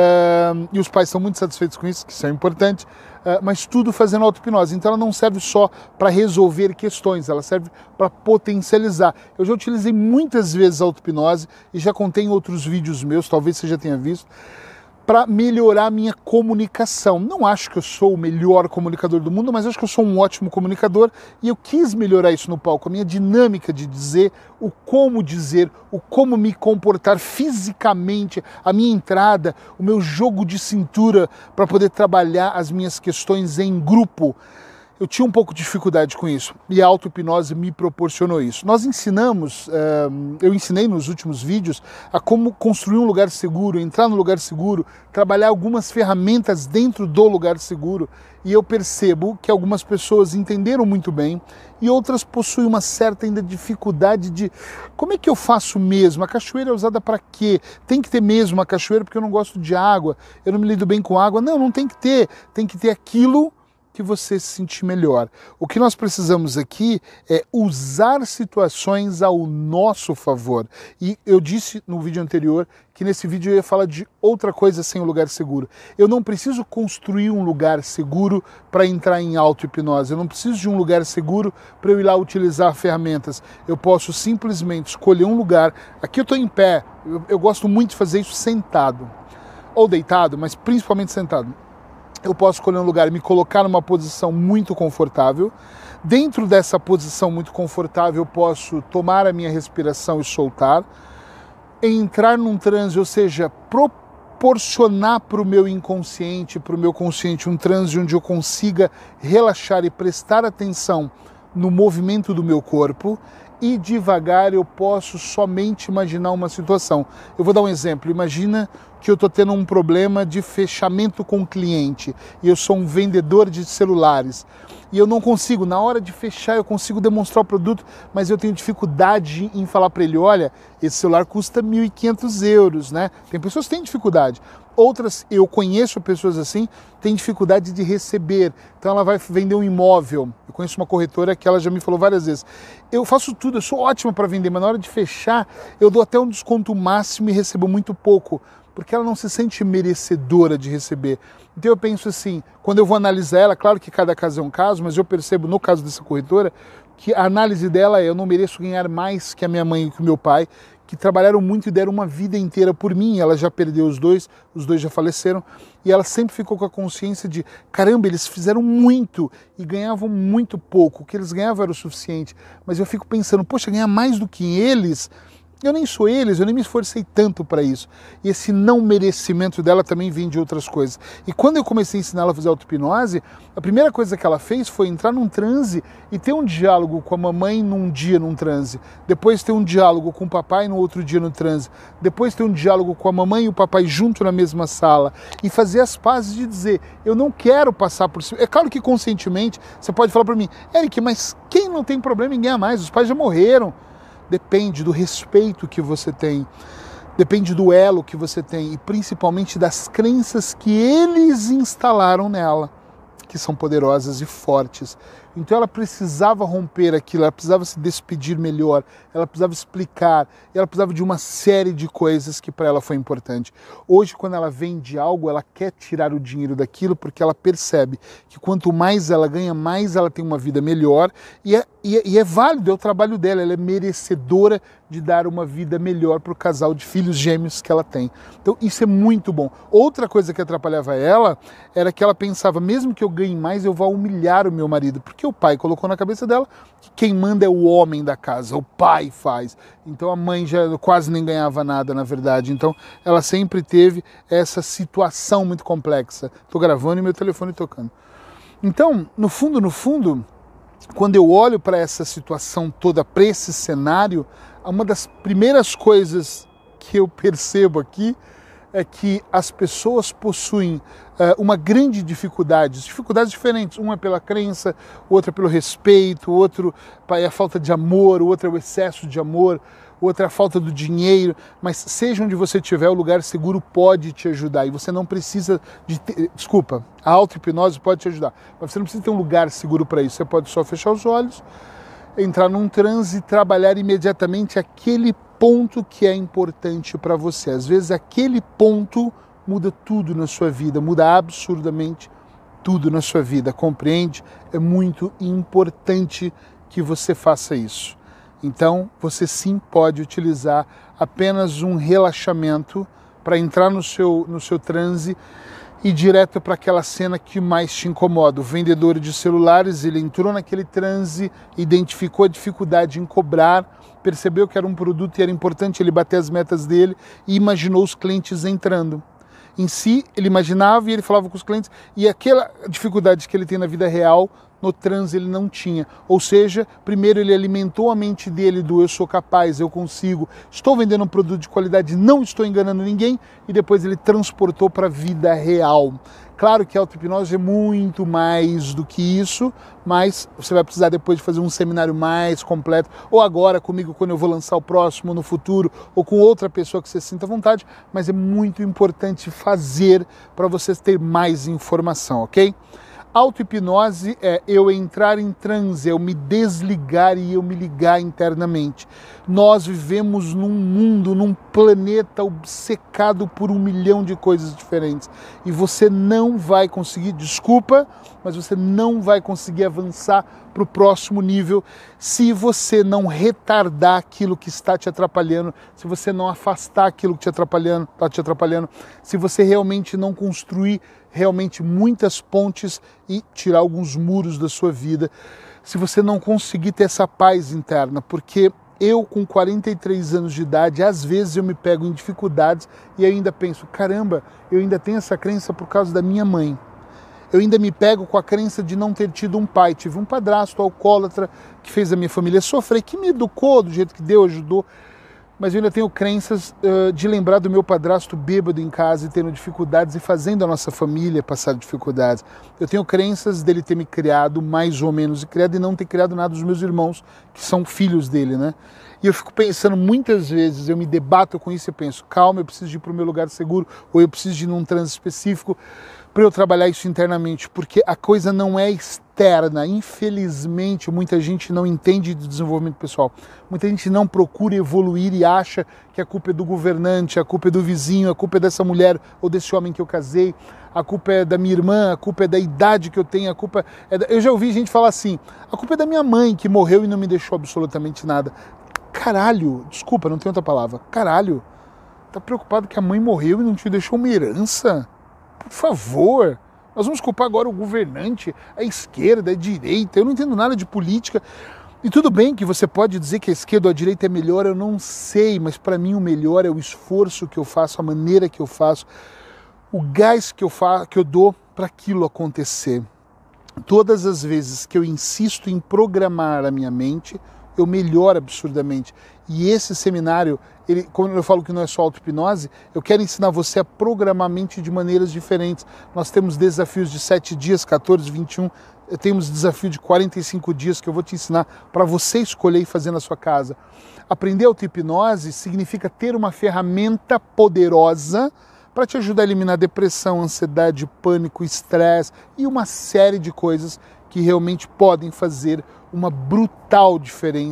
uh, e os pais estão muito satisfeitos com isso, que isso é importante, uh, mas tudo fazendo auto-hipnose. Então ela não serve só para resolver questões, ela serve para potencializar. Eu já utilizei muitas vezes a auto-hipnose e já contei em outros vídeos meus, talvez você já tenha visto, para melhorar a minha comunicação. Não acho que eu sou o melhor comunicador do mundo, mas acho que eu sou um ótimo comunicador e eu quis melhorar isso no palco, a minha dinâmica de dizer, o como dizer, o como me comportar fisicamente, a minha entrada, o meu jogo de cintura para poder trabalhar as minhas questões em grupo. Eu tinha um pouco de dificuldade com isso e a auto-hipnose me proporcionou isso. Nós ensinamos, eu ensinei nos últimos vídeos a como construir um lugar seguro, entrar no lugar seguro, trabalhar algumas ferramentas dentro do lugar seguro, e eu percebo que algumas pessoas entenderam muito bem e outras possuem uma certa ainda dificuldade de como é que eu faço mesmo? A cachoeira é usada para quê? Tem que ter mesmo a cachoeira porque eu não gosto de água, eu não me lido bem com água. Não, não tem que ter, tem que ter aquilo que você se sentir melhor. O que nós precisamos aqui é usar situações ao nosso favor. E eu disse no vídeo anterior que nesse vídeo eu ia falar de outra coisa sem o lugar seguro. Eu não preciso construir um lugar seguro para entrar em auto-hipnose. Eu não preciso de um lugar seguro para eu ir lá utilizar ferramentas. Eu posso simplesmente escolher um lugar. Aqui eu estou em pé. Eu, eu gosto muito de fazer isso sentado. Ou deitado, mas principalmente sentado. Eu posso escolher um lugar e me colocar numa posição muito confortável. Dentro dessa posição muito confortável, eu posso tomar a minha respiração e soltar. Entrar num transe, ou seja, proporcionar para o meu inconsciente, para o meu consciente, um transe onde eu consiga relaxar e prestar atenção no movimento do meu corpo. E devagar eu posso somente imaginar uma situação. Eu vou dar um exemplo. Imagina que eu estou tendo um problema de fechamento com o cliente e eu sou um vendedor de celulares e eu não consigo, na hora de fechar eu consigo demonstrar o produto, mas eu tenho dificuldade em falar para ele, olha, esse celular custa mil e quinhentos euros, né? Tem pessoas que têm dificuldade. Outras, eu conheço pessoas assim, têm dificuldade de receber. Então ela vai vender um imóvel. Eu conheço uma corretora que ela já me falou várias vezes. Eu faço tudo, eu sou ótima para vender, mas na hora de fechar, eu dou até um desconto máximo e recebo muito pouco, porque ela não se sente merecedora de receber. Então eu penso assim, quando eu vou analisar ela, claro que cada caso é um caso, mas eu percebo no caso dessa corretora, que a análise dela é, eu não mereço ganhar mais que a minha mãe e que o meu pai, que trabalharam muito e deram uma vida inteira por mim. Ela já perdeu os dois, os dois já faleceram, e ela sempre ficou com a consciência de, caramba, eles fizeram muito e ganhavam muito pouco, o que eles ganhavam era o suficiente, mas eu fico pensando, poxa, ganhar mais do que eles, eu nem sou eles, eu nem me esforcei tanto para isso. E esse não merecimento dela também vem de outras coisas. E quando eu comecei a ensinar ela a fazer auto-hipnose, a primeira coisa que ela fez foi entrar num transe e ter um diálogo com a mamãe num dia num transe. Depois ter um diálogo com o papai no outro dia no transe. Depois ter um diálogo com a mamãe e o papai junto na mesma sala. E fazer as pazes de dizer, eu não quero passar por cima. É claro que conscientemente você pode falar para mim, Eric, mas quem não tem problema em ganhar mais? Os pais já morreram. Depende do respeito que você tem, depende do elo que você tem e principalmente das crenças que eles instalaram nela, que são poderosas e fortes. Então ela precisava romper aquilo, ela precisava se despedir melhor, ela precisava explicar, ela precisava de uma série de coisas que para ela foi importante. Hoje, quando ela vende algo, ela quer tirar o dinheiro daquilo porque ela percebe que quanto mais ela ganha, mais ela tem uma vida melhor e é, e é, e é válido, é o trabalho dela, ela é merecedora de dar uma vida melhor para o casal de filhos gêmeos que ela tem. Então isso é muito bom. Outra coisa que atrapalhava ela era que ela pensava, mesmo que eu ganhe mais, eu vou humilhar o meu marido, porque porque o pai colocou na cabeça dela que quem manda é o homem da casa, o pai faz. Então a mãe já quase nem ganhava nada, na verdade. Então ela sempre teve essa situação muito complexa. Estou gravando e meu telefone tocando. Então, no fundo, no fundo, quando eu olho para essa situação toda, para esse cenário, uma das primeiras coisas que eu percebo aqui é que as pessoas possuem uh, uma grande dificuldade, dificuldades diferentes. Uma é pela crença, outra é pelo respeito, outro é a falta de amor, outra é o excesso de amor, outra é a falta do dinheiro. Mas seja onde você estiver, o lugar seguro pode te ajudar. E você não precisa de ter, desculpa, a auto-hipnose pode te ajudar, mas você não precisa ter um lugar seguro para isso. Você pode só fechar os olhos, entrar num transe e trabalhar imediatamente aquele ponto que é importante para você. Às vezes aquele ponto muda tudo na sua vida, muda absurdamente tudo na sua vida, compreende? É muito importante que você faça isso. Então você sim pode utilizar apenas um relaxamento para entrar no seu, no seu transe e ir direto para aquela cena que mais te incomoda. O vendedor de celulares, ele entrou naquele transe, identificou a dificuldade em cobrar, percebeu que era um produto e era importante ele bater as metas dele e imaginou os clientes entrando. Em si, ele imaginava e ele falava com os clientes, e aquela dificuldade que ele tem na vida real, no transe ele não tinha. Ou seja, primeiro ele alimentou a mente dele do eu sou capaz, eu consigo, estou vendendo um produto de qualidade, não estou enganando ninguém, e depois ele transportou para a vida real. Claro que a auto-hipnose é muito mais do que isso, mas você vai precisar depois de fazer um seminário mais completo, ou agora comigo quando eu vou lançar o próximo, no futuro, ou com outra pessoa que você sinta vontade, mas é muito importante fazer para você ter mais informação, ok? Auto-hipnose é eu entrar em transe, eu me desligar e eu me ligar internamente. Nós vivemos num mundo, num planeta obcecado por um milhão de coisas diferentes. E você não vai conseguir, desculpa, mas você não vai conseguir avançar para o próximo nível se você não retardar aquilo que está te atrapalhando, se você não afastar aquilo que te atrapalhando, está te atrapalhando, se você realmente não construir realmente muitas pontes e tirar alguns muros da sua vida, se você não conseguir ter essa paz interna, porque eu com quarenta e três anos de idade, às vezes eu me pego em dificuldades e ainda penso, caramba, eu ainda tenho essa crença por causa da minha mãe. Eu ainda me pego com a crença de não ter tido um pai. Tive um padrasto alcoólatra que fez a minha família sofrer, que me educou do jeito que Deus ajudou. Mas eu ainda tenho crenças uh, de lembrar do meu padrasto bêbado em casa e tendo dificuldades e fazendo a nossa família passar dificuldades. Eu tenho crenças dele ter me criado mais ou menos e criado e não ter criado nada dos meus irmãos, que são filhos dele, né? E eu fico pensando muitas vezes, eu me debato com isso e penso, calma, eu preciso de ir para o meu lugar seguro, ou eu preciso de ir num transe específico para eu trabalhar isso internamente, porque a coisa não é externa. Infelizmente, muita gente não entende de desenvolvimento pessoal. Muita gente não procura evoluir e acha que a culpa é do governante, a culpa é do vizinho, a culpa é dessa mulher ou desse homem que eu casei, a culpa é da minha irmã, a culpa é da idade que eu tenho, a culpa é da... Eu já ouvi gente falar assim, a culpa é da minha mãe que morreu e não me deixou absolutamente nada. Caralho, desculpa, não tem outra palavra. Caralho, tá preocupado que a mãe morreu e não te deixou uma herança? Por favor, nós vamos culpar agora o governante, a esquerda, a direita, eu não entendo nada de política. E tudo bem que você pode dizer que a esquerda ou a direita é melhor, eu não sei, mas para mim o melhor é o esforço que eu faço, a maneira que eu faço, o gás que eu, fa que eu dou para aquilo acontecer. Todas as vezes que eu insisto em programar a minha mente, eu melhoro absurdamente. E esse seminário, ele, quando eu falo que não é só auto-hipnose, eu quero ensinar você a programar a mente de maneiras diferentes. Nós temos desafios de sete dias, quatorze, vinte e um, temos desafio de quarenta e cinco dias que eu vou te ensinar para você escolher e fazer na sua casa. Aprender auto-hipnose significa ter uma ferramenta poderosa para te ajudar a eliminar depressão, ansiedade, pânico, estresse e uma série de coisas que realmente podem fazer uma brutal diferença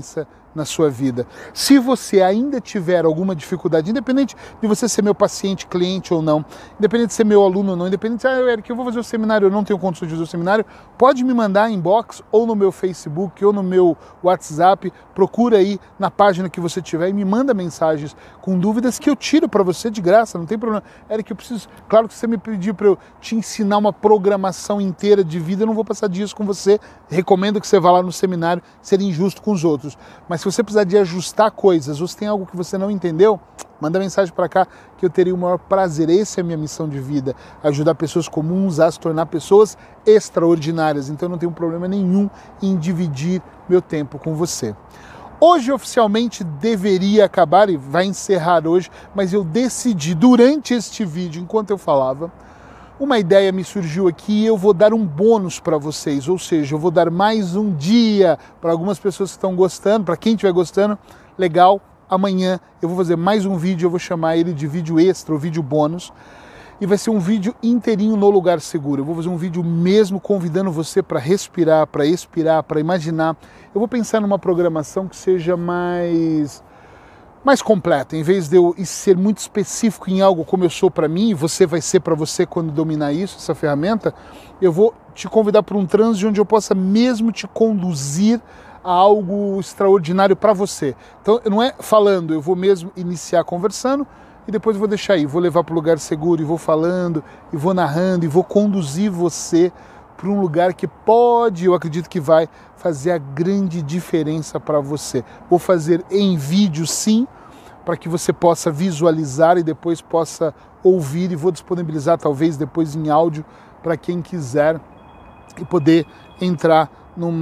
na sua vida. Se você ainda tiver alguma dificuldade, independente de você ser meu paciente, cliente ou não, independente de ser meu aluno ou não, independente de, ah, Eric, eu vou fazer o seminário, eu não tenho condições de fazer o seminário, pode me mandar inbox ou no meu Facebook ou no meu WhatsApp, procura aí na página que você tiver e me manda mensagens com dúvidas que eu tiro para você de graça, não tem problema. Eric, eu preciso, claro que você me pediu para eu te ensinar uma programação inteira de vida, eu não vou passar dias com você, recomendo que você vá lá no seminário, ser injusto com os outros, mas se você precisar de ajustar coisas ou se tem algo que você não entendeu, manda mensagem para cá que eu teria o maior prazer. Essa é a minha missão de vida, ajudar pessoas comuns a se tornar pessoas extraordinárias. Então eu não tenho problema nenhum em dividir meu tempo com você. Hoje oficialmente deveria acabar e vai encerrar hoje, mas eu decidi durante este vídeo, enquanto eu falava, uma ideia me surgiu aqui e eu vou dar um bônus para vocês, ou seja, eu vou dar mais um dia para algumas pessoas que estão gostando, para quem estiver gostando, legal, amanhã eu vou fazer mais um vídeo, eu vou chamar ele de vídeo extra, ou vídeo bônus, e vai ser um vídeo inteirinho no lugar seguro. Eu vou fazer um vídeo mesmo convidando você para respirar, para expirar, para imaginar. Eu vou pensar numa programação que seja mais... mais completa, em vez de eu ser muito específico em algo como eu sou para mim, você vai ser para você quando dominar isso, essa ferramenta, eu vou te convidar para um transe onde eu possa mesmo te conduzir a algo extraordinário para você. Então, não é falando, eu vou mesmo iniciar conversando e depois eu vou deixar aí, vou levar para o lugar seguro e vou falando, e vou narrando, e vou conduzir você para um lugar que pode, eu acredito que vai fazer a grande diferença para você. Vou fazer em vídeo, sim, para que você possa visualizar e depois possa ouvir, e vou disponibilizar talvez depois em áudio para quem quiser e poder entrar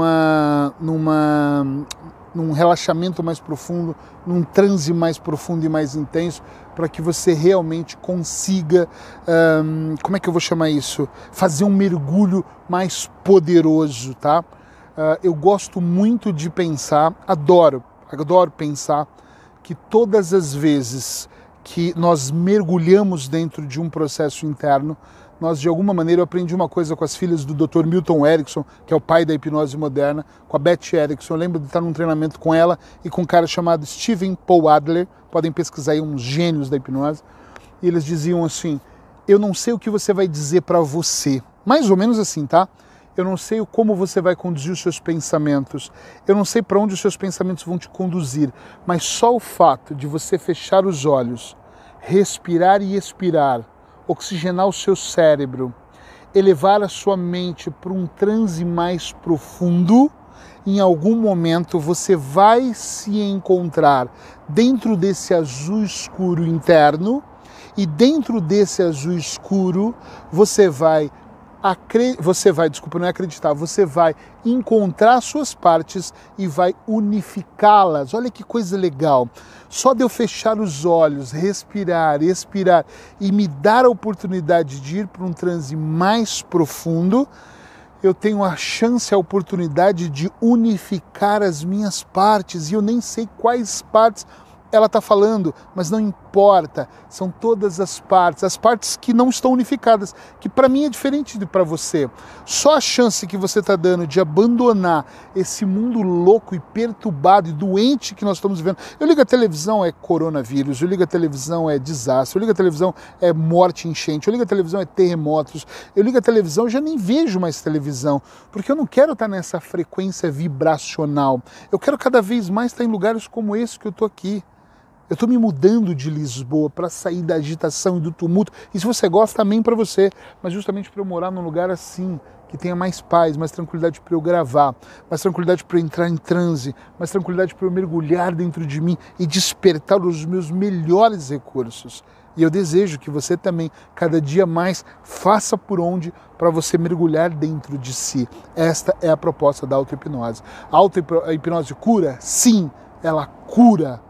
numa, numa, num relaxamento mais profundo, num transe mais profundo e mais intenso, para que você realmente consiga, hum, como é que eu vou chamar isso? Fazer um mergulho mais poderoso, tá? Uh, eu gosto muito de pensar, adoro, adoro pensar que todas as vezes que nós mergulhamos dentro de um processo interno, nós de alguma maneira, eu aprendi uma coisa com as filhas do doutor Milton Erickson, que é o pai da hipnose moderna, com a Beth Erickson. Eu lembro de estar num treinamento com ela e com um cara chamado Steven Paul Adler, podem pesquisar aí, uns gênios da hipnose, e eles diziam assim, eu não sei o que você vai dizer para você, mais ou menos assim, tá? Eu não sei como você vai conduzir os seus pensamentos, eu não sei para onde os seus pensamentos vão te conduzir, mas só o fato de você fechar os olhos, respirar e expirar, oxigenar o seu cérebro, elevar a sua mente para um transe mais profundo, em algum momento você vai se encontrar dentro desse azul escuro interno, e dentro desse azul escuro você vai Acre... você vai, desculpa, não é acreditar, você vai encontrar suas partes e vai unificá-las. Olha que coisa legal. Só de eu fechar os olhos, respirar, expirar e me dar a oportunidade de ir para um transe mais profundo, eu tenho a chance, a oportunidade de unificar as minhas partes, e eu nem sei quais partes ela está falando, mas não importa, são todas as partes, as partes que não estão unificadas, que para mim é diferente de para você. Só a chance que você está dando de abandonar esse mundo louco e perturbado e doente que nós estamos vivendo. Eu ligo a televisão, é coronavírus, eu ligo a televisão, é desastre, eu ligo a televisão, é morte, enchente, eu ligo a televisão, é terremotos, eu ligo a televisão, eu já nem vejo mais televisão, porque eu não quero estar nessa frequência vibracional. Eu quero cada vez mais estar em lugares como esse que eu estou aqui. Eu estou me mudando de Lisboa para sair da agitação e do tumulto. E se você gosta, amém para você. Mas justamente para eu morar num lugar assim, que tenha mais paz, mais tranquilidade para eu gravar, mais tranquilidade para eu entrar em transe, mais tranquilidade para eu mergulhar dentro de mim e despertar os meus melhores recursos. E eu desejo que você também, cada dia mais, faça por onde para você mergulhar dentro de si. Esta é a proposta da auto-hipnose. A auto-hipnose cura? Sim, ela cura.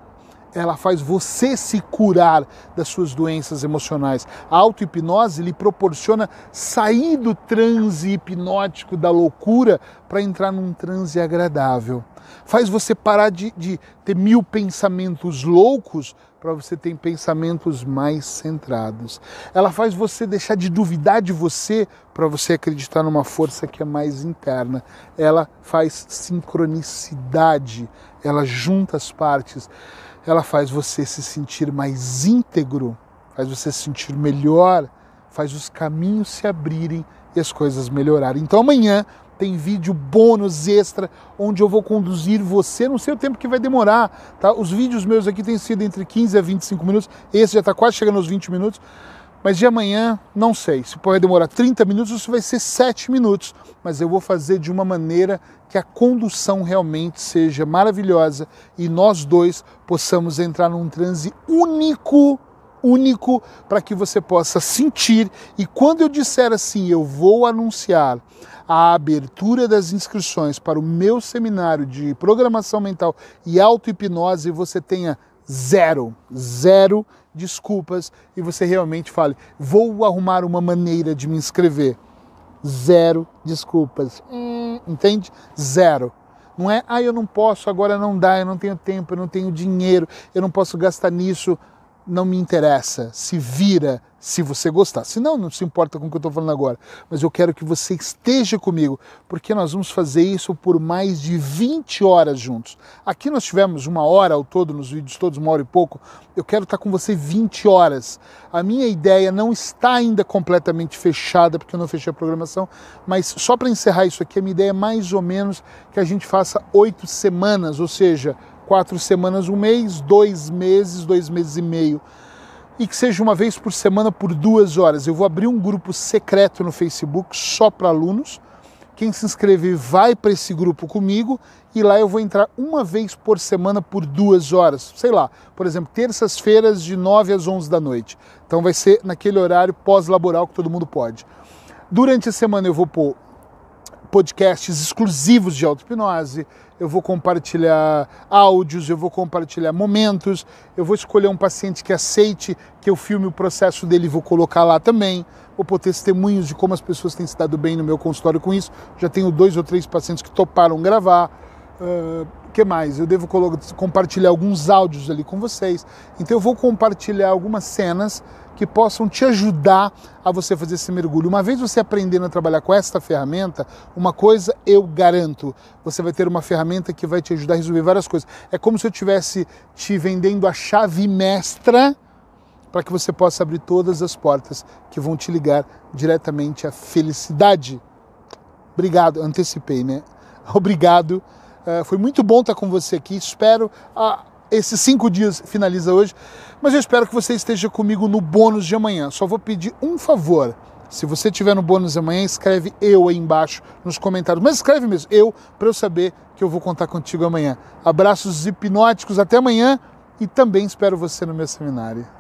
ela faz você se curar das suas doenças emocionais. A auto-hipnose lhe proporciona sair do transe hipnótico da loucura para entrar num transe agradável. Faz você parar de, de ter mil pensamentos loucos para você ter pensamentos mais centrados. Ela faz você deixar de duvidar de você para você acreditar numa força que é mais interna. Ela faz sincronicidade, ela junta as partes. Ela faz você se sentir mais íntegro, faz você se sentir melhor, faz os caminhos se abrirem e as coisas melhorarem. Então amanhã tem vídeo bônus extra, onde eu vou conduzir você, não sei o tempo que vai demorar, tá? Os vídeos meus aqui têm sido entre quinze a vinte e cinco minutos, esse já está quase chegando aos vinte minutos, mas de amanhã, não sei, se pode demorar trinta minutos ou se vai ser sete minutos, mas eu vou fazer de uma maneira que a condução realmente seja maravilhosa e nós dois possamos entrar num transe único, único, para que você possa sentir. E quando eu disser assim, eu vou anunciar a abertura das inscrições para o meu seminário de programação mental e auto-hipnose, você tenha zero, zero desculpas e você realmente fale, vou arrumar uma maneira de me inscrever. Zero desculpas. Hum, entende? Zero. Não é, ah, eu não posso, agora não dá, eu não tenho tempo, eu não tenho dinheiro, eu não posso gastar nisso. Não me interessa, se vira se você gostar. Se não, não se importa com o que eu estou falando agora. Mas eu quero que você esteja comigo, porque nós vamos fazer isso por mais de vinte horas juntos. Aqui nós tivemos uma hora ao todo, nos vídeos todos, uma hora e pouco. Eu quero estar com você vinte horas. A minha ideia não está ainda completamente fechada, porque eu não fechei a programação, mas só para encerrar isso aqui, a minha ideia é mais ou menos que a gente faça oito semanas, ou seja, quatro semanas, um mês, dois meses, dois meses e meio. E que seja uma vez por semana por duas horas. Eu vou abrir um grupo secreto no Facebook só para alunos. Quem se inscrever vai para esse grupo comigo e lá eu vou entrar uma vez por semana por duas horas. Sei lá, por exemplo, terças-feiras de nove às onze da noite. Então vai ser naquele horário pós-laboral que todo mundo pode. Durante a semana eu vou pôr podcasts exclusivos de auto-hipnose, eu vou compartilhar áudios, eu vou compartilhar momentos, eu vou escolher um paciente que aceite que eu filme o processo dele e vou colocar lá também, vou pôr testemunhos de como as pessoas têm se dado bem no meu consultório com isso, já tenho dois ou três pacientes que toparam gravar, o uh, que mais? Eu devo compartilhar alguns áudios ali com vocês, então eu vou compartilhar algumas cenas que possam te ajudar a você fazer esse mergulho. Uma vez você aprendendo a trabalhar com esta ferramenta, uma coisa eu garanto, você vai ter uma ferramenta que vai te ajudar a resolver várias coisas. É como se eu estivesse te vendendo a chave mestra para que você possa abrir todas as portas que vão te ligar diretamente à felicidade. Obrigado, antecipei, né? Obrigado, uh, foi muito bom estar com você aqui, espero... Uh, Esses cinco dias finaliza hoje, mas eu espero que você esteja comigo no bônus de amanhã. Só vou pedir um favor. Se você estiver no bônus de amanhã, escreve eu aí embaixo nos comentários. Mas escreve mesmo, eu, para eu saber que eu vou contar contigo amanhã. Abraços hipnóticos, até amanhã e também espero você no meu seminário.